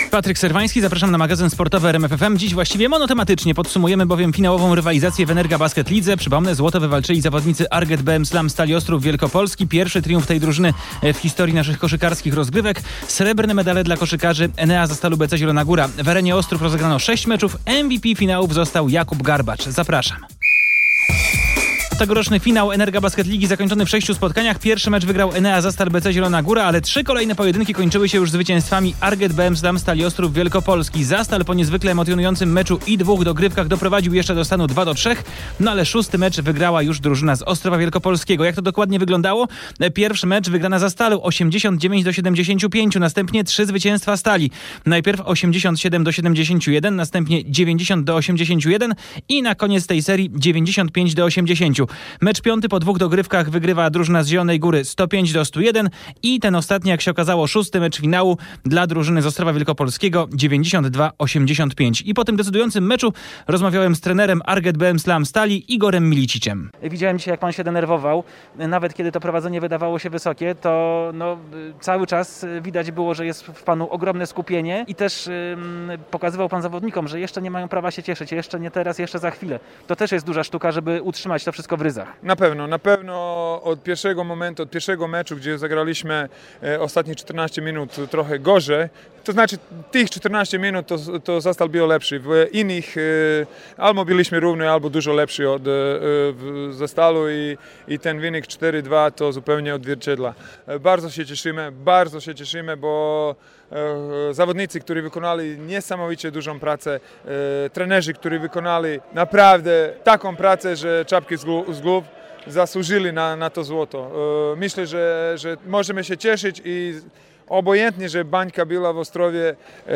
Patryk Serwański, zapraszam na magazyn sportowy RMF FM. Dziś właściwie monotematycznie podsumujemy bowiem finałową rywalizację w Energa Basket Lidze. Przypomnę, złoto wywalczyli zawodnicy Arget BM Slam Stali Ostrów Wielkopolski. Pierwszy triumf tej drużyny w historii naszych koszykarskich rozgrywek. Srebrne medale dla koszykarzy Enea Zastalu BC Zielona Góra. W Arenie Ostrów rozegrano 6 meczów. MVP finałów został Jakub Garbacz. Zapraszam. Tegoroczny finał Energa Basket Ligi zakończony w 6 spotkaniach. Pierwszy mecz wygrał Enea Zastal BC Zielona Góra, ale 3 kolejne pojedynki kończyły się już zwycięstwami Arget BM Slam Stali Ostrów Wielkopolski. Zastal po niezwykle emocjonującym meczu i 2 dogrywkach doprowadził jeszcze do stanu 2-3, no ale 6 mecz wygrała już drużyna z Ostrowa Wielkopolskiego. Jak to dokładnie wyglądało? Pierwszy mecz wygrana Zastalu 89-75, następnie 3 zwycięstwa Stali. Najpierw 87-71, następnie 90-81 i na koniec tej serii 95-80. Mecz 5 po 2 dogrywkach wygrywa drużyna z Zielonej Góry 105-101 i ten ostatni, jak się okazało, 6 mecz finału dla drużyny z Ostrowa Wielkopolskiego 92-85. I po tym decydującym meczu rozmawiałem z trenerem Arget BM Slam Stali Igorem Miliciciem. Widziałem dzisiaj, jak pan się denerwował. Nawet kiedy to prowadzenie wydawało się wysokie, to cały czas widać było, że jest w panu ogromne skupienie i też pokazywał pan zawodnikom, że jeszcze nie mają prawa się cieszyć, jeszcze nie teraz, jeszcze za chwilę. To też jest duża sztuka, żeby utrzymać to wszystko w ryzach. Na pewno od pierwszego momentu, od pierwszego meczu, gdzie zagraliśmy ostatnie 14 minut trochę gorzej, to znaczy tych 14 minut to Zastal był lepszy. W innych albo byliśmy równi, albo dużo lepszy od Zastalu i ten wynik 4-2 to zupełnie odzwierciedla. Bardzo się cieszymy, bo zawodnicy, którzy wykonali niesamowicie dużą pracę, trenerzy, którzy wykonali naprawdę taką pracę, że czapki z głów zasłużyli na to złoto. Myślę, że możemy się cieszyć i obojętnie, że bańka była w Ostrowie,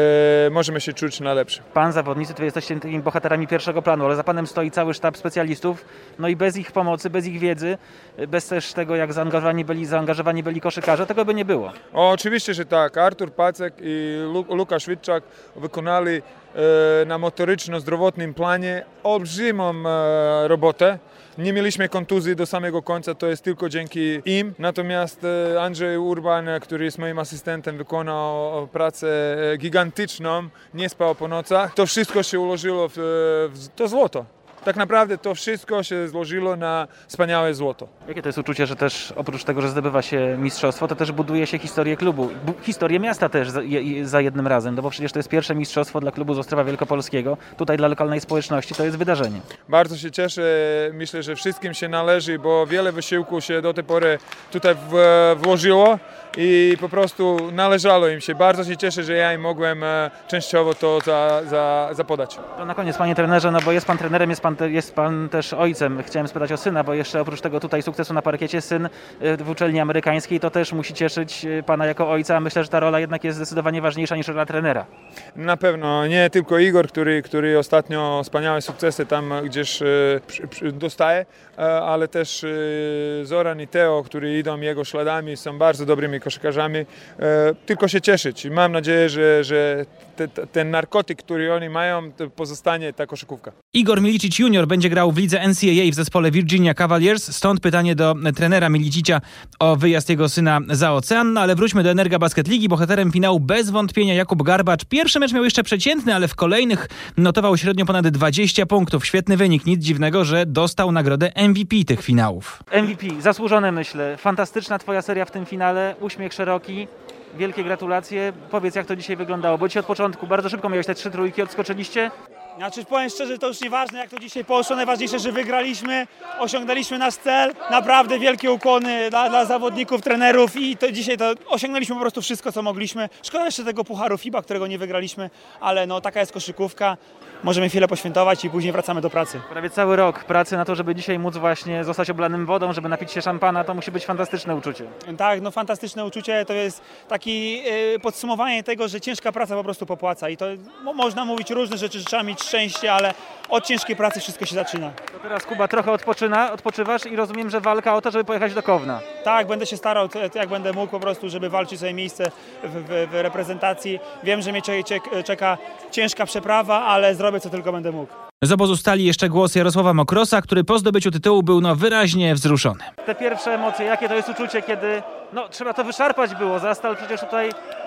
możemy się czuć najlepszy. Pan, zawodnicy, to jesteście tymi bohaterami pierwszego planu, ale za panem stoi cały sztab specjalistów, no i bez ich pomocy, bez ich wiedzy, bez też tego, jak zaangażowani byli koszykarze, tego by nie było. Oczywiście, że tak. Artur Pacek i Lukasz Witczak wykonali na motoryczno-zdrowotnym planie olbrzymią robotę. Nie mieliśmy kontuzji do samego końca, to jest tylko dzięki im. Natomiast Andrzej Urban, który jest moim asystentem, wykonał pracę gigantyczną, nie spał po nocach. To wszystko się ułożyło w to złoto. Tak naprawdę to wszystko się złożyło na wspaniałe złoto. Jakie to jest uczucie, że też oprócz tego, że zdobywa się mistrzostwo, to też buduje się historię klubu, historię miasta też za jednym razem, no bo przecież to jest pierwsze mistrzostwo dla klubu z Ostrowa Wielkopolskiego. Tutaj dla lokalnej społeczności to jest wydarzenie. Bardzo się cieszę, myślę, że wszystkim się należy, bo wiele wysiłku się do tej pory tutaj włożyło i po prostu należało im się. Bardzo się cieszę, że ja im mogłem częściowo to zapodać. To na koniec, panie trenerze, no bo jest pan trenerem, jest pan też ojcem. Chciałem spytać o syna, bo jeszcze oprócz tego tutaj sukcesu na parkiecie, syn w uczelni amerykańskiej, to też musi cieszyć pana jako ojca. Myślę, że ta rola jednak jest zdecydowanie ważniejsza niż rola trenera. Na pewno. Nie tylko Igor, który ostatnio wspaniałe sukcesy tam gdzieś dostaje, ale też Zoran i Teo, którzy idą jego śladami, są bardzo dobrymi koszykarzami. Tylko się cieszyć. Mam nadzieję, że ten narkotyk, który oni mają, to pozostanie ta koszykówka. Igor Milicic Junior będzie grał w lidze NCAA w zespole Virginia Cavaliers. Stąd pytanie do trenera Milicicia o wyjazd jego syna za ocean. No ale wróćmy do Energa Basket Ligi. Bohaterem finału bez wątpienia Jakub Garbacz. Pierwszy mecz miał jeszcze przeciętny, ale w kolejnych notował średnio ponad 20 punktów. Świetny wynik. Nic dziwnego, że dostał nagrodę MVP tych finałów. MVP, zasłużone myślę. Fantastyczna twoja seria w tym finale. Uśmiech szeroki. Wielkie gratulacje. Powiedz, jak to dzisiaj wyglądało, bo dzisiaj od początku bardzo szybko miałeś te 3 trójki, odskoczyliście. Znaczy, powiem szczerze, to już nieważne, jak to dzisiaj poszło. Najważniejsze, że wygraliśmy, osiągnęliśmy nasz cel. Naprawdę wielkie ukłony dla zawodników, trenerów i to dzisiaj osiągnęliśmy po prostu wszystko, co mogliśmy. Szkoda jeszcze tego pucharu FIBA, którego nie wygraliśmy, ale taka jest koszykówka. Możemy chwilę poświętować i później wracamy do pracy. Prawie cały rok pracy na to, żeby dzisiaj móc właśnie zostać oblanym wodą, żeby napić się szampana, to musi być fantastyczne uczucie. Tak, fantastyczne uczucie. To jest takie podsumowanie tego, że ciężka praca po prostu popłaca i to można mówić różne rzeczy, że trzeba mieć szczęście, ale od ciężkiej pracy wszystko się zaczyna. To teraz, Kuba, trochę odpoczywasz i rozumiem, że walka o to, żeby pojechać do Kowna. Tak, będę się starał, jak będę mógł po prostu, żeby walczyć sobie miejsce w reprezentacji. Wiem, że mnie czeka ciężka przeprawa, ale zrobię co tylko będę mógł. Z obozu Stali jeszcze głos Jarosława Mokrosa, który po zdobyciu tytułu był wyraźnie wzruszony. Te pierwsze emocje, jakie to jest uczucie, kiedy trzeba to wyszarpać było. Zastal przecież tutaj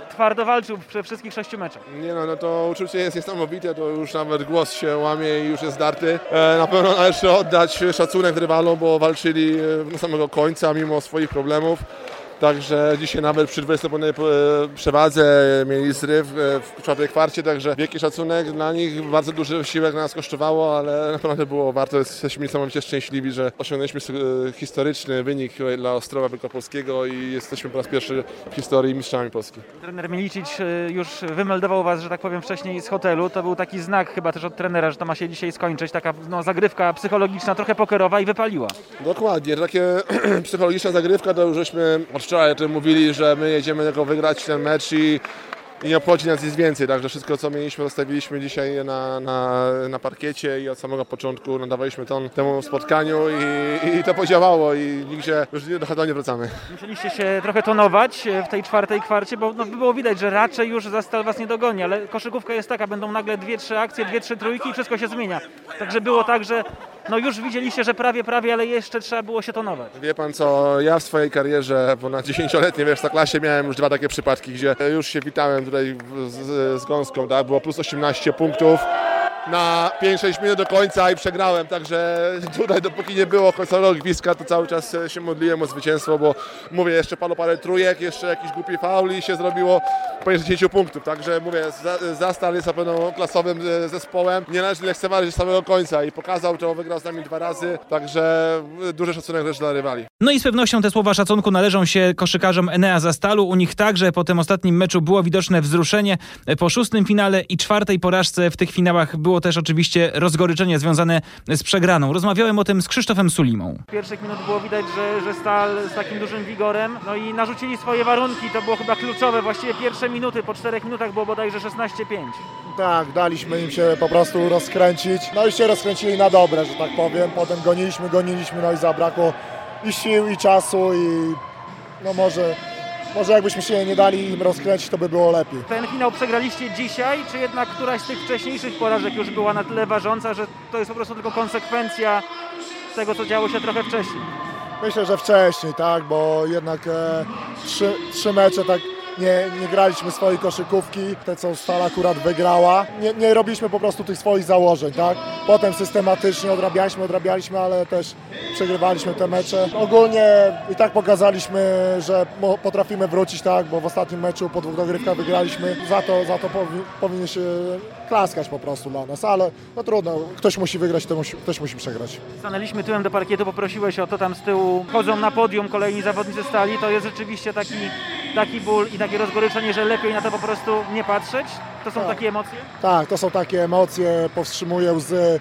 twardo walczył przy wszystkich 6 meczach. Nie no to uczucie jest niesamowite, to już nawet głos się łamie i już jest zdarty. Na pewno należy oddać szacunek rywalom, bo walczyli do samego końca mimo swoich problemów. Także dzisiaj nawet przy 20-punktowej przewadze mieli zryw w czwartej kwarcie, także wielki szacunek dla nich, bardzo duży wysiłek nas kosztowało, ale naprawdę było warto. Jesteśmy niesamowicie szczęśliwi, że osiągnęliśmy historyczny wynik dla Ostrowa Wielkopolskiego i jesteśmy po raz pierwszy w historii mistrzami Polski. Trener Milicic już wymeldował was, że tak powiem, wcześniej z hotelu. To był taki znak chyba też od trenera, że to ma się dzisiaj skończyć. Taka zagrywka psychologiczna, trochę pokerowa i wypaliła. Dokładnie, takie psychologiczna zagrywka, to już żeśmy wczoraj o tym mówili, że my jedziemy tylko wygrać ten mecz i nie obchodzi nas nic więcej, także wszystko co mieliśmy zostawiliśmy dzisiaj na parkiecie i od samego początku nadawaliśmy ton temu spotkaniu i to podziałało i nigdzie już do hotelu nie wracamy. Musieliście się trochę tonować w tej czwartej kwarcie, bo było widać, że raczej już Zastal was nie dogoni, ale koszykówka jest taka, będą nagle 2-3 akcje, 2-3 trójki i wszystko się zmienia. Także było tak, że już widzieliście, że prawie, ale jeszcze trzeba było się tonować. Wie pan co, ja w swojej karierze ponad 10-letniej w Ekstraklasie miałem już 2 takie przypadki, gdzie już się witałem tutaj z gąską, tak? Było plus 18 punktów na 5-6 minut do końca i przegrałem, także tutaj dopóki nie było końcowego gwizdka, to cały czas się modliłem o zwycięstwo, bo mówię, jeszcze padło parę trójek, jeszcze jakiś głupi faul i się zrobiło poniżej 10 punktów, także mówię, Zastal jest na pewno klasowym zespołem, nie należy lekceważyć z samego końca i pokazał to, wygrał z nami 2 razy, także duży szacunek też dla rywali. No i z pewnością te słowa szacunku należą się koszykarzom Enea Zastalu. U nich także po tym ostatnim meczu było widoczne wzruszenie. Po 6. finale i 4. porażce w tych finałach było też oczywiście rozgoryczenie związane z przegraną. Rozmawiałem o tym z Krzysztofem Sulimą. W pierwszych minut było widać, że Stal z takim dużym wigorem, i narzucili swoje warunki. To było chyba kluczowe. Właściwie pierwsze minuty, po 4 minutach było bodajże 16-5. Tak, daliśmy im się po prostu rozkręcić. No i się rozkręcili na dobre, że tak powiem. Potem goniliśmy, i zabrakło i sił, i czasu i może jakbyśmy się nie dali im rozkręcić, to by było lepiej. Ten finał przegraliście dzisiaj, czy jednak któraś z tych wcześniejszych porażek już była na tyle ważąca, że to jest po prostu tylko konsekwencja tego, co działo się trochę wcześniej? Myślę, że wcześniej, tak, bo jednak 3 mecze tak nie graliśmy swojej koszykówki, te co Stal akurat wygrała. Nie robiliśmy po prostu tych swoich założeń, tak? Potem systematycznie odrabialiśmy, ale też przegrywaliśmy te mecze. Ogólnie i tak pokazaliśmy, że potrafimy wrócić, tak? Bo w ostatnim meczu po 2 dogrywkach wygraliśmy. Za to powinien się klaskać po prostu dla nas, ale trudno. Ktoś musi wygrać, ktoś musi przegrać. Stanęliśmy tyłem do parkietu, poprosiłeś o to, tam z tyłu chodzą na podium kolejni zawodnicy Stali. To jest rzeczywiście taki ból i takie rozgoryczenie, że lepiej na to po prostu nie patrzeć? To są takie emocje? Tak, to są takie emocje, powstrzymuję łzy,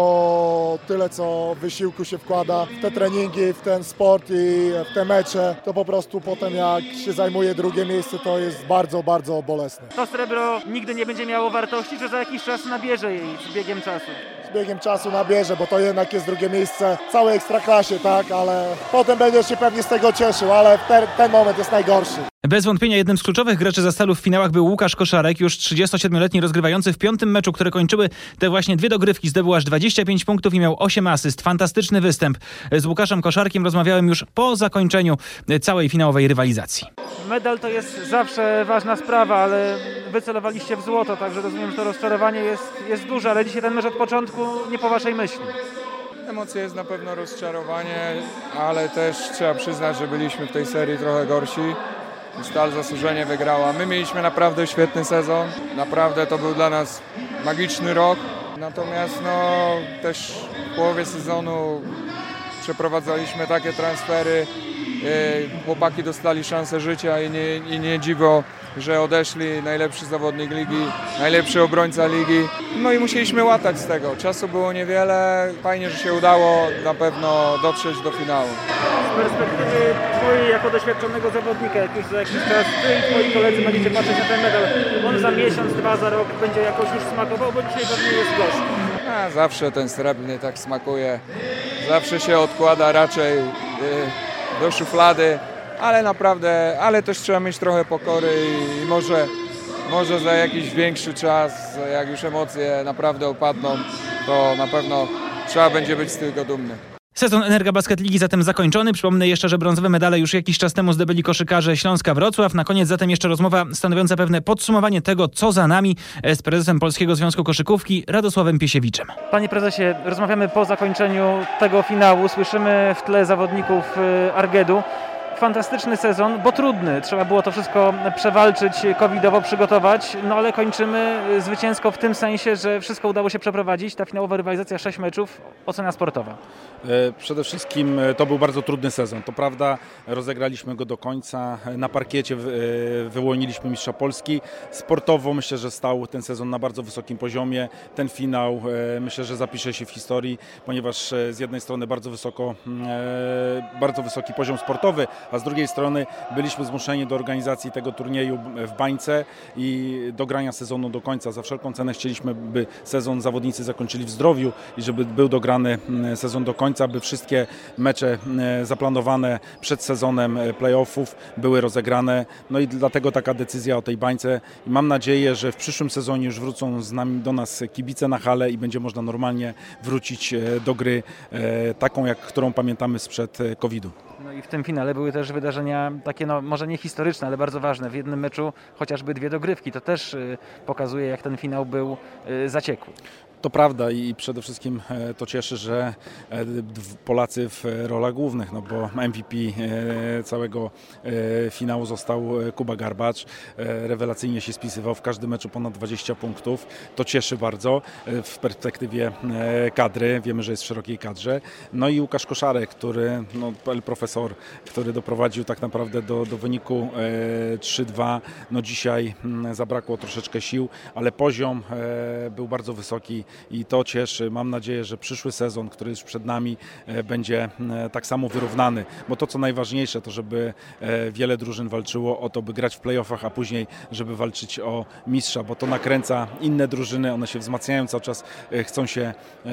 bo tyle co wysiłku się wkłada w te treningi, w ten sport i w te mecze, to po prostu potem jak się zajmuje drugie miejsce, to jest bardzo, bardzo bolesne. To srebro nigdy nie będzie miało wartości, czy za jakiś czas nabierze jej z biegiem czasu? Z biegiem czasu nabierze, bo to jednak jest drugie miejsce w całej Ekstraklasie, tak, ale potem będziesz się pewnie z tego cieszył, ale ten moment jest najgorszy. Bez wątpienia jednym z kluczowych graczy Zastalu w finałach był Łukasz Koszarek, już 37-letni rozgrywający w 5. meczu, które kończyły te właśnie 2 dogrywki. Zdobył aż 25 punktów i miał 8 asyst. Fantastyczny występ. Z Łukaszem Koszarkiem rozmawiałem już po zakończeniu całej finałowej rywalizacji. Medal to jest zawsze ważna sprawa, ale wycelowaliście w złoto, także rozumiem, że to rozczarowanie jest duże, ale dzisiaj ten mecz od początku nie po waszej myśli. Emocje jest na pewno rozczarowanie, ale też trzeba przyznać, że byliśmy w tej serii trochę gorsi. Stal zasłużenie wygrała. My mieliśmy naprawdę świetny sezon. Naprawdę to był dla nas magiczny rok. Natomiast też w połowie sezonu przeprowadzaliśmy takie transfery. Chłopaki dostali szansę życia i nie dziwo, że odeszli najlepszy zawodnik ligi, najlepszy obrońca ligi. I musieliśmy łatać z tego. Czasu było niewiele. Fajnie, że się udało na pewno dotrzeć do finału. Z perspektywy twojej jako doświadczonego zawodnika, jak już za jakiś czas ty i twoi koledzy będziecie patrzeć na ten medal, on za miesiąc, 2 za rok będzie jakoś już smakował, bo dzisiaj pewnie jest gorzki. Zawsze ten srebrny tak smakuje. Zawsze się odkłada raczej do szuflady, ale naprawdę, też trzeba mieć trochę pokory i może za jakiś większy czas, jak już emocje naprawdę opadną, to na pewno trzeba będzie być z tego dumny. Sezon Energa Basket Ligi zatem zakończony. Przypomnę jeszcze, że brązowe medale już jakiś czas temu zdobyli koszykarze Śląska Wrocław. Na koniec zatem jeszcze rozmowa stanowiąca pewne podsumowanie tego, co za nami, z prezesem Polskiego Związku Koszykówki Radosławem Piesiewiczem. Panie prezesie, rozmawiamy po zakończeniu tego finału. Słyszymy w tle zawodników Argedu. Fantastyczny sezon, bo trudny. Trzeba było to wszystko przewalczyć, covidowo przygotować, no ale kończymy zwycięsko w tym sensie, że wszystko udało się przeprowadzić. Ta finałowa rywalizacja, 6 meczów, ocena sportowa. Przede wszystkim to był bardzo trudny sezon. To prawda, rozegraliśmy go do końca. Na parkiecie wyłoniliśmy mistrza Polski. Sportowo myślę, że stał ten sezon na bardzo wysokim poziomie. Ten finał myślę, że zapisze się w historii, ponieważ z jednej strony bardzo wysoki poziom sportowy, a z drugiej strony byliśmy zmuszeni do organizacji tego turnieju w bańce i do grania sezonu do końca. Za wszelką cenę chcieliśmy, by sezon zawodnicy zakończyli w zdrowiu i żeby był dograny sezon do końca, by wszystkie mecze zaplanowane przed sezonem playoffów były rozegrane. No i dlatego taka decyzja o tej bańce. I mam nadzieję, że w przyszłym sezonie już wrócą do nas kibice na halę i będzie można normalnie wrócić do gry taką, którą pamiętamy sprzed COVID-u. No i w tym finale były też wydarzenia takie, no może nie historyczne, ale bardzo ważne. W jednym meczu chociażby 2 dogrywki. To też pokazuje, jak ten finał był zaciekły. To prawda i przede wszystkim to cieszy, że Polacy w rolach głównych, no bo MVP całego finału został Kuba Garbacz. Rewelacyjnie się spisywał w każdym meczu ponad 20 punktów. To cieszy bardzo w perspektywie kadry. Wiemy, że jest w szerokiej kadrze. No i Łukasz Koszarek, profesor, który doprowadził tak naprawdę do wyniku 3-2. No dzisiaj zabrakło troszeczkę sił, ale poziom był bardzo wysoki. I to cieszy. Mam nadzieję, że przyszły sezon, który jest przed nami, będzie tak samo wyrównany. Bo to, co najważniejsze, to żeby wiele drużyn walczyło o to, by grać w playoffach, a później, żeby walczyć o mistrza, bo to nakręca inne drużyny, one się wzmacniają cały czas, chcą się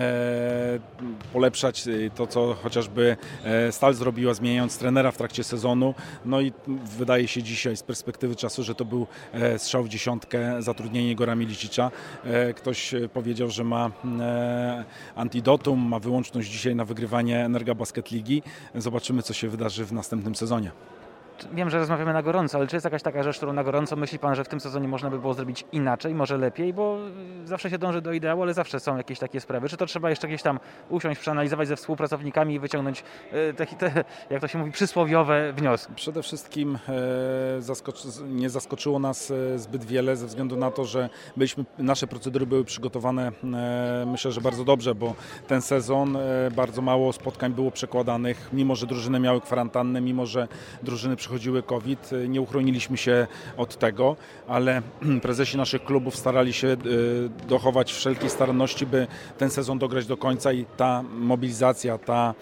polepszać. To, co chociażby Stal zrobiła, zmieniając trenera w trakcie sezonu. No i wydaje się dzisiaj z perspektywy czasu, że to był strzał w dziesiątkę, zatrudnienie Igora Milicicza. Ktoś powiedział, że ma antidotum, ma wyłączność dzisiaj na wygrywanie Energa Basket Ligi. Zobaczymy, co się wydarzy w następnym sezonie. Wiem, że rozmawiamy na gorąco, ale czy jest jakaś taka rzecz, którą na gorąco myśli Pan, że w tym sezonie można by było zrobić inaczej, może lepiej, bo zawsze się dąży do ideału, ale zawsze są jakieś takie sprawy. Czy to trzeba jeszcze gdzieś tam usiąść, przeanalizować ze współpracownikami i wyciągnąć te, jak to się mówi, przysłowiowe wnioski? Przede wszystkim nie zaskoczyło nas zbyt wiele ze względu na to, że nasze procedury były przygotowane, myślę, że bardzo dobrze, bo ten sezon bardzo mało spotkań było przekładanych, mimo że drużyny miały kwarantannę, mimo że drużyny przychodziły COVID, nie uchroniliśmy się od tego, ale prezesi naszych klubów starali się dochować wszelkiej staranności, by ten sezon dograć do końca i ta mobilizacja, ta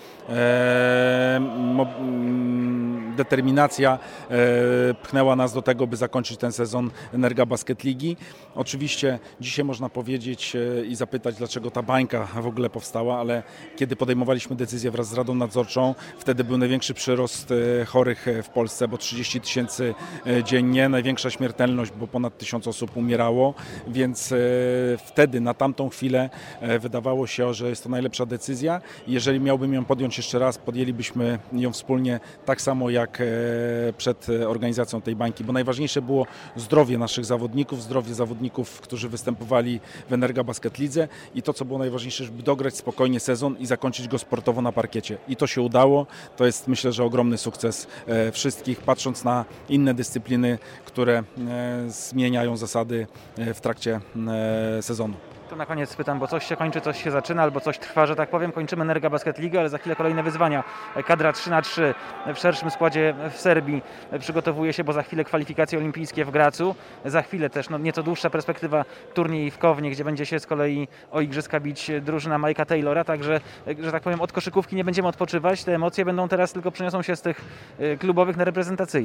determinacja pchnęła nas do tego, by zakończyć ten sezon Energa Basket Ligi. Oczywiście dzisiaj można powiedzieć i zapytać, dlaczego ta bańka w ogóle powstała, ale kiedy podejmowaliśmy decyzję wraz z Radą Nadzorczą, wtedy był największy przyrost chorych w Polsce, bo 30 000 dziennie, największa śmiertelność, bo ponad 1000 osób umierało, więc wtedy na tamtą chwilę wydawało się, że jest to najlepsza decyzja. Jeżeli miałbym ją podjąć jeszcze raz, podjęlibyśmy ją wspólnie tak samo jak przed organizacją tej bańki, bo najważniejsze było zdrowie naszych zawodników, zdrowie zawodników, którzy występowali w Energa Basket Lidze i to, co było najważniejsze, żeby dograć spokojnie sezon i zakończyć go sportowo na parkiecie. I to się udało. To jest, myślę, że ogromny sukces wszystkich, patrząc na inne dyscypliny, które zmieniają zasady w trakcie sezonu. To na koniec pytam, bo coś się kończy, coś się zaczyna, albo coś trwa, że tak powiem. Kończymy Energa Basket League, ale za chwilę kolejne wyzwania. Kadra 3x3 w szerszym składzie w Serbii przygotowuje się, bo za chwilę kwalifikacje olimpijskie w Gracu. Za chwilę też nieco dłuższa perspektywa turniej w Kownie, gdzie będzie się z kolei o igrzyska bić drużyna Mike'a Taylora. Także, że tak powiem, od koszykówki nie będziemy odpoczywać. Te emocje będą teraz, tylko przeniosą się z tych klubowych na reprezentacyjne.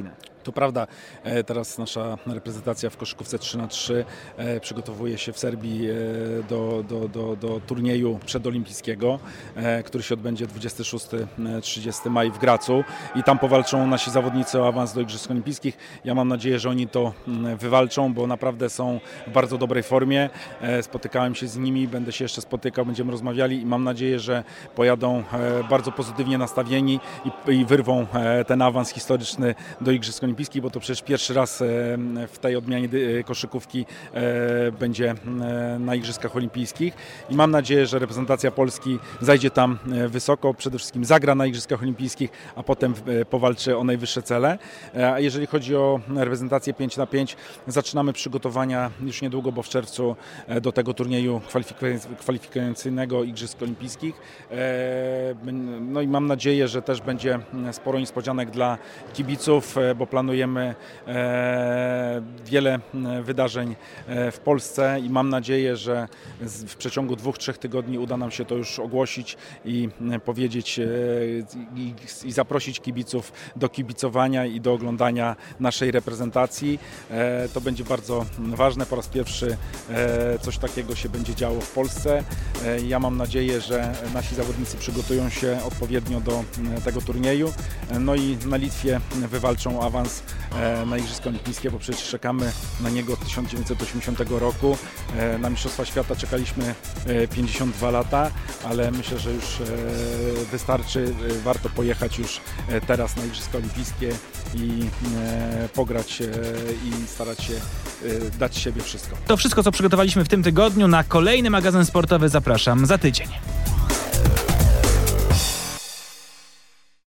To prawda, teraz nasza reprezentacja w koszykówce 3x3 przygotowuje się w Serbii do turnieju przedolimpijskiego, który się odbędzie 26-30 maj w Gracu i tam powalczą nasi zawodnicy o awans do Igrzysk Olimpijskich. Ja mam nadzieję, że oni to wywalczą, bo naprawdę są w bardzo dobrej formie. Spotykałem się z nimi, będę się jeszcze spotykał, będziemy rozmawiali i mam nadzieję, że pojadą bardzo pozytywnie nastawieni i wyrwą ten awans historyczny do Igrzysk Olimpijskich, bo to przecież pierwszy raz w tej odmianie koszykówki będzie na Igrzyskach Olimpijskich i mam nadzieję, że reprezentacja Polski zajdzie tam wysoko, przede wszystkim zagra na Igrzyskach Olimpijskich, a potem powalczy o najwyższe cele. A jeżeli chodzi o reprezentację 5x5, zaczynamy przygotowania już niedługo, bo w czerwcu do tego turnieju kwalifikacyjnego Igrzysk Olimpijskich. No i mam nadzieję, że też będzie sporo niespodzianek dla kibiców, bo planujemy wiele wydarzeń w Polsce i mam nadzieję, że w przeciągu 2-3 tygodni uda nam się to już ogłosić i powiedzieć i zaprosić kibiców do kibicowania i do oglądania naszej reprezentacji. To będzie bardzo ważne. Po raz pierwszy coś takiego się będzie działo w Polsce. Ja mam nadzieję, że nasi zawodnicy przygotują się odpowiednio do tego turnieju. No i na Litwie wywalczą awans na Igrzyska Olimpijskie, bo przecież czekamy na niego od 1980 roku. Na Mistrzostwa Świata czekaliśmy 52 lata, ale myślę, że już wystarczy. Warto pojechać już teraz na Igrzyska Olimpijskie i pograć i starać się dać siebie wszystko. To wszystko, co przygotowaliśmy w tym tygodniu. Na kolejny magazyn sportowy zapraszam za tydzień.